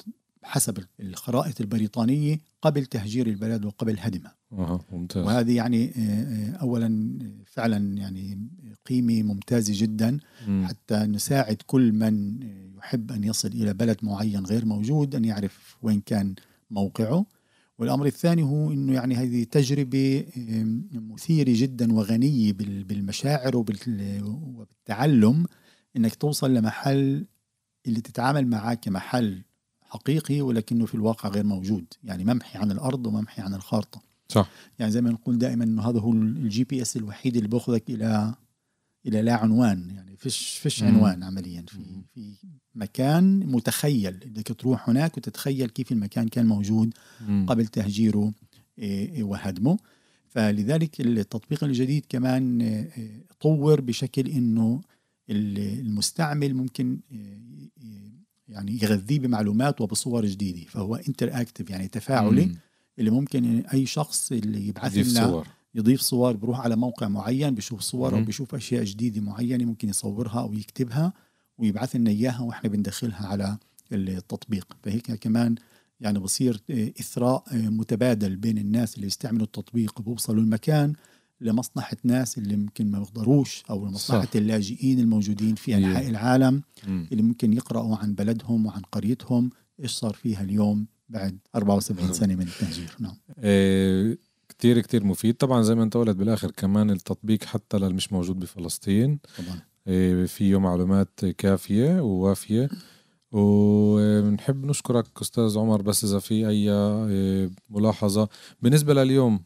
حسب الخرائط البريطانية قبل تهجير البلد وقبل هدمها. ممتاز. وهذه يعني أولا فعلا يعني قيمة ممتازة جدا حتى نساعد كل من يحب أن يصل إلى بلد معين غير موجود أن يعرف وين كان موقعه. والأمر الثاني هو أنه يعني هذه تجربة مثيرة جدا وغنية بالمشاعر وبالتعلم، أنك توصل لمحل اللي تتعامل معاه كمحل حقيقي ولكنه في الواقع غير موجود، يعني ممحي عن الأرض وممحي عن الخارطة. صح. يعني زي ما نقول دائما أنه هذا هو الGPS الوحيد اللي بأخذك إلى لا عنوان، يعني فيش عنوان عمليا في مكان متخيل، بدك تروح هناك وتتخيل كيف المكان كان موجود قبل تهجيره وهدمه. فلذلك التطبيق الجديد كمان طور بشكل إنه المستعمل ممكن يعني يغذيه بمعلومات وبصور جديدة، فهو انتراكتيف يعني تفاعلي، اللي ممكن أي شخص اللي يبعث لنا يضيف صور، بروح على موقع معين بيشوف صور أو بيشوف أشياء جديدة معينة ممكن يصورها أو يكتبها ويبعث لنا إياها وإحنا بندخلها على التطبيق. فهيك كمان يعني بصير إثراء متبادل بين الناس اللي يستعملوا التطبيق وبوصلوا المكان لمصلحة ناس اللي ممكن ما يقدروش، أو لمصلحة اللاجئين الموجودين في أنحاء العالم اللي ممكن يقرأوا عن بلدهم وعن قريتهم إيش صار فيها اليوم بعد 74 سنة من التهجير. نعم. كتير كتير مفيد طبعا زي ما انت قلت. بالآخر كمان التطبيق حتى للمش موجود بفلسطين طبعا فيه معلومات كافية ووافية. ونحب نشكرك أستاذ عمر، بس إذا في أي ملاحظة بالنسبة لليوم،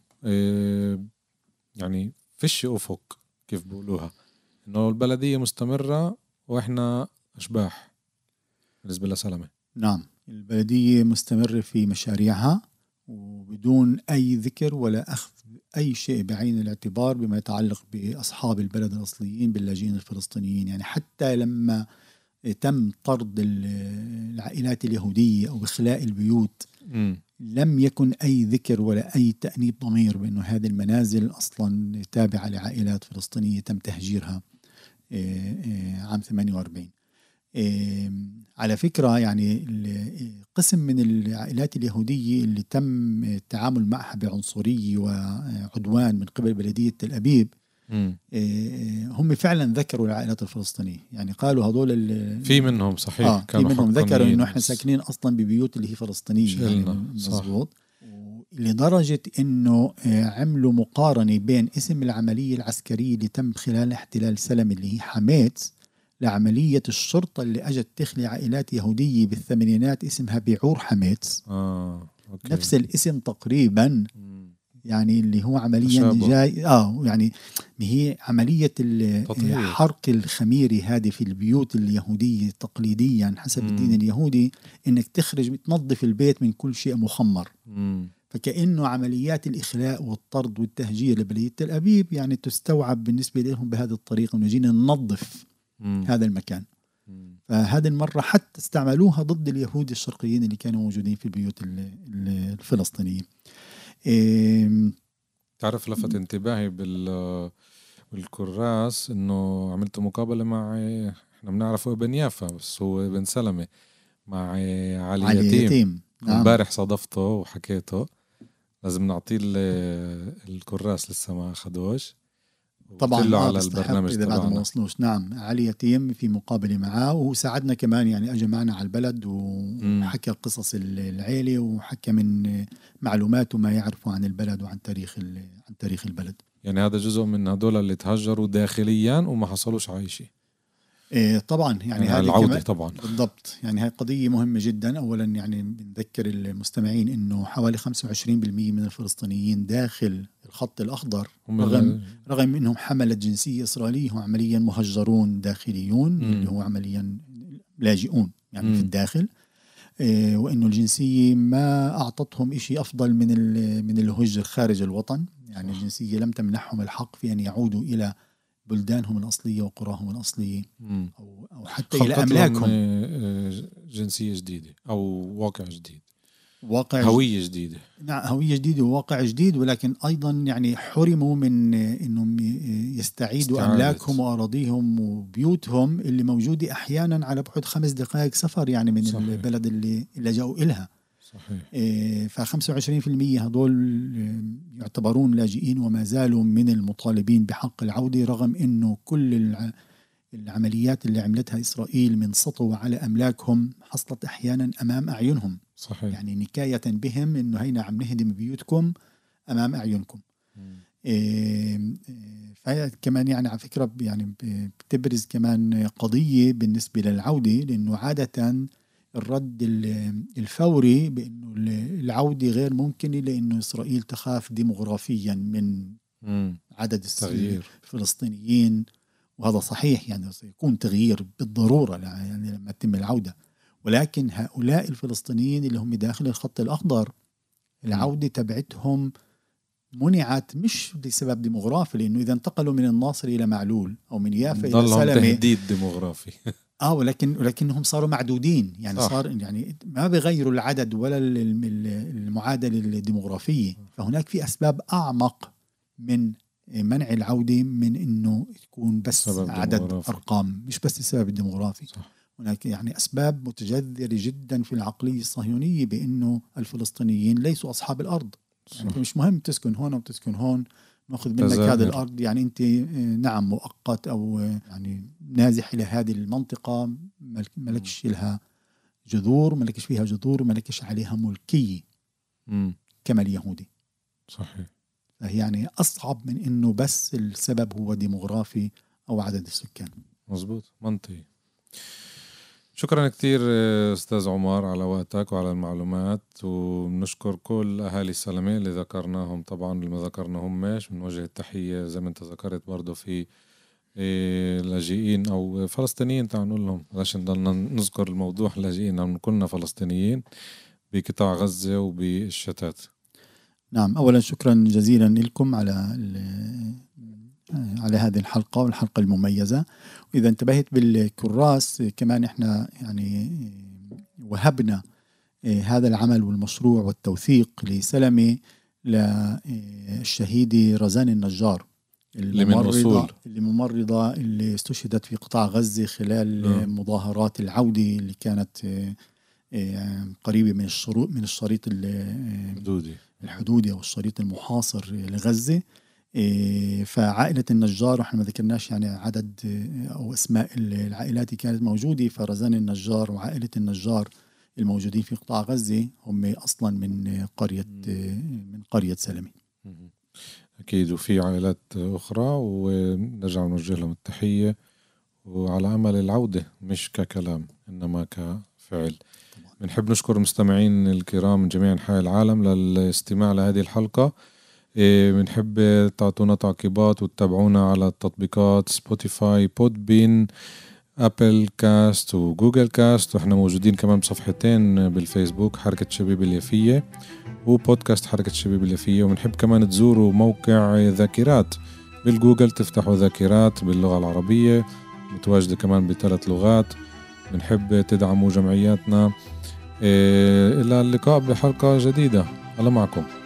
يعني فيش أفق كيف بقولوها، إنه البلدية مستمرة وإحنا أشباح بالنسبة لسلامة. نعم، البلدية مستمرة في مشاريعها وبدون أي ذكر ولا أخذ أي شيء بعين الاعتبار بما يتعلق بأصحاب البلد الأصليين باللاجئين الفلسطينيين. يعني حتى لما تم طرد العائلات اليهودية أو إخلاء البيوت لم يكن أي ذكر ولا أي تأنيب ضمير بأنه هذه المنازل أصلا تابعة لعائلات فلسطينية تم تهجيرها عام 48. على فكرة يعني قسم من العائلات اليهودية اللي تم التعامل معها بعنصرية وعدوان من قبل بلدية تل أبيب هم فعلا ذكروا العائلات الفلسطينية، يعني قالوا هدول في منهم صحيح في منهم ذكروا إنه إحنا ساكنين أصلا ببيوت اللي هي فلسطينية يعني مزبوط. لدرجة إنه عملوا مقارنة بين اسم العملية العسكرية اللي تم خلال احتلال سلم اللي هي حميتس لعملية الشرطة اللي أجت تخلي عائلات يهودية بالثمانينات اسمها بيعور حميتس. أوكي. نفس الاسم تقريبا، يعني اللي هو عمليا جاي يعني هي عملية حرق الخميرة هذه في البيوت اليهودية تقليديا حسب الدين اليهودي، إنك تخرج تنظف البيت من كل شيء مخمر. فكأنه عمليات الإخلاء والطرد والتهجير لبلدية تل أبيب يعني تستوعب بالنسبة لهم بهذه الطريقة، إنه جينا ننظف هذا المكان. فهذه المرة حتى استعملوها ضد اليهود الشرقيين اللي كانوا موجودين في البيوت الفلسطينية. تعرف لفت انتباهي بالكراس إنه عملت مقابلة مع إحنا بنعرفه ابن يافا بس هو ابن سلمة مع علي يتيم. امبارح صادفته وحكيته لازم نعطيه الكراس لسه ما أخدوش طبعا على البرنامج إذا بعد ما وصلوش. نعم، علي يتيم في مقابلة معاه وساعدنا كمان، يعني أجى معنا على البلد وحكى قصص العيلة وحكى من معلومات وما يعرفوا عن البلد وعن تاريخ البلد. يعني هذا جزء من هدول اللي تهجروا داخليا وما حصلوش عايشة. طبعا يعني هذه العودة طبعا بالضبط. يعني هاي قضية مهمة جدا. أولا يعني بنذكر المستمعين إنه حوالي 25% من الفلسطينيين داخل الخط الأخضر رغم إنهم حملة جنسية إسرائيلية هم عمليا مهجرون داخليون اللي هو عمليا لاجئون يعني في الداخل، وإنه الجنسية ما أعطتهم إشي أفضل من الهجر خارج الوطن. يعني الجنسية لم تمنحهم الحق في أن يعودوا إلى بلدانهم الأصلية وقراهم الأصلية أو حتى إلى أملاكهم. جنسية جديدة أو واقع جديد. واقع هوية جديدة. نعم، هوية جديدة وواقع جديد، ولكن أيضا يعني حرموا من إنهم يستعيدوا أملاكهم وأراضيهم وبيوتهم اللي موجودة أحيانا على بعد 5 دقائق سفر يعني من صحيح. البلد اللي لجأوا إلها. صحيح. ف25% هدول يعتبرون لاجئين وما زالوا من المطالبين بحق العودة، رغم إنه كل العمليات اللي عملتها إسرائيل من سطو على أملاكهم حصلت أحيانا أمام أعينهم. صحيح. يعني نكاية بهم إنه هينا عم نهدم بيوتكم أمام أعينكم. فكمان يعني على فكرة يعني بتبرز كمان قضية بالنسبة للعودة، لأنه عادة الرد الفوري بأنه العودة غير ممكنة، لأنه إسرائيل تخاف ديموغرافيا من عدد الفلسطينيين، وهذا صحيح يعني سيكون تغيير بالضرورة يعني لما تتم العودة. ولكن هؤلاء الفلسطينيين اللي هم داخل الخط الأخضر العودة تبعتهم منعت مش لسبب ديموغرافي، لأنه إذا انتقلوا من الناصر إلى معلول أو من يافا إلى سلمة تهديد ديموغرافي. ولكنهم صاروا معدودين يعني صح. صار يعني ما بيغيروا العدد ولا المعادلة الديموغرافية. فهناك في أسباب أعمق من منع العودة من إنه تكون بس عدد ديموغرافي. أرقام، مش بس السبب الديموغرافي. صح. هناك يعني أسباب متجذرة جدا في العقلية الصهيونية بأنه الفلسطينيين ليسوا أصحاب الأرض. يعني مش مهم تسكن هون أو تسكن هون، نأخذ منك هذه الأرض، يعني أنت نعم مؤقت أو يعني نازح إلى هذه المنطقة، ملكش لها جذور، ملكش فيها جذور، ملكش عليها ملكية كما اليهودي. صحيح. فهي يعني أصعب من إنه بس السبب هو ديموغرافي أو عدد السكان. مزبوط، منطقي. شكرا كتير أستاذ عمر على وقتك وعلى المعلومات، ونشكر كل أهالي سلمة اللي ذكرناهم طبعا، اللي ما ذكرناهمش بنوجه التحية زي ما انت ذكرت برضو في لاجئين أو فلسطينيين، تعال نقول لهم عشان نضلنا نذكر الموضوع لاجئين، أو كنا فلسطينيين بقطاع غزة وبالشتات. نعم، أولا شكرا جزيلا لكم على هذه الحلقة والحلقة المميزة. وإذا انتبهت بالكراس كمان إحنا يعني وهبنا هذا العمل والمشروع والتوثيق لسلمة للشهيدة رزان النجار الممرضة اللي استشهدت في قطاع غزة خلال مظاهرات العودة اللي كانت قريبة من الشريط الحدودي أو الشريط المحاصر لغزة. فعائلة النجار، وإحنا ما ذكرناش يعني عدد أو أسماء العائلات اللي كانت موجودة، فرزان النجار وعائلة النجار الموجودين في قطاع غزة هم أصلا من قرية سلمة. أكيد، وفي عائلات أخرى ونرجع نوجه لهم التحية، وعلى أمل العودة مش ككلام إنما كفعل. بنحب نشكر المستمعين الكرام من جميع أنحاء العالم للاستماع لهذه الحلقة. بنحب تعطونا تعقيبات وتتابعونا على التطبيقات سبوتيفاي، بودبين، أبل كاست وجوجل كاست، وإحنا موجودين كمان بصفحتين بالفيسبوك، حركة شباب اليافية وبودكاست حركة شباب اليافية. وبنحب كمان تزوروا موقع ذاكرات بالجوجل، تفتحوا ذاكرات باللغة العربية، متواجدة كمان ب3 لغات. بنحب تدعموا جمعياتنا. إلى اللقاء بحلقة جديدة، الله معكم.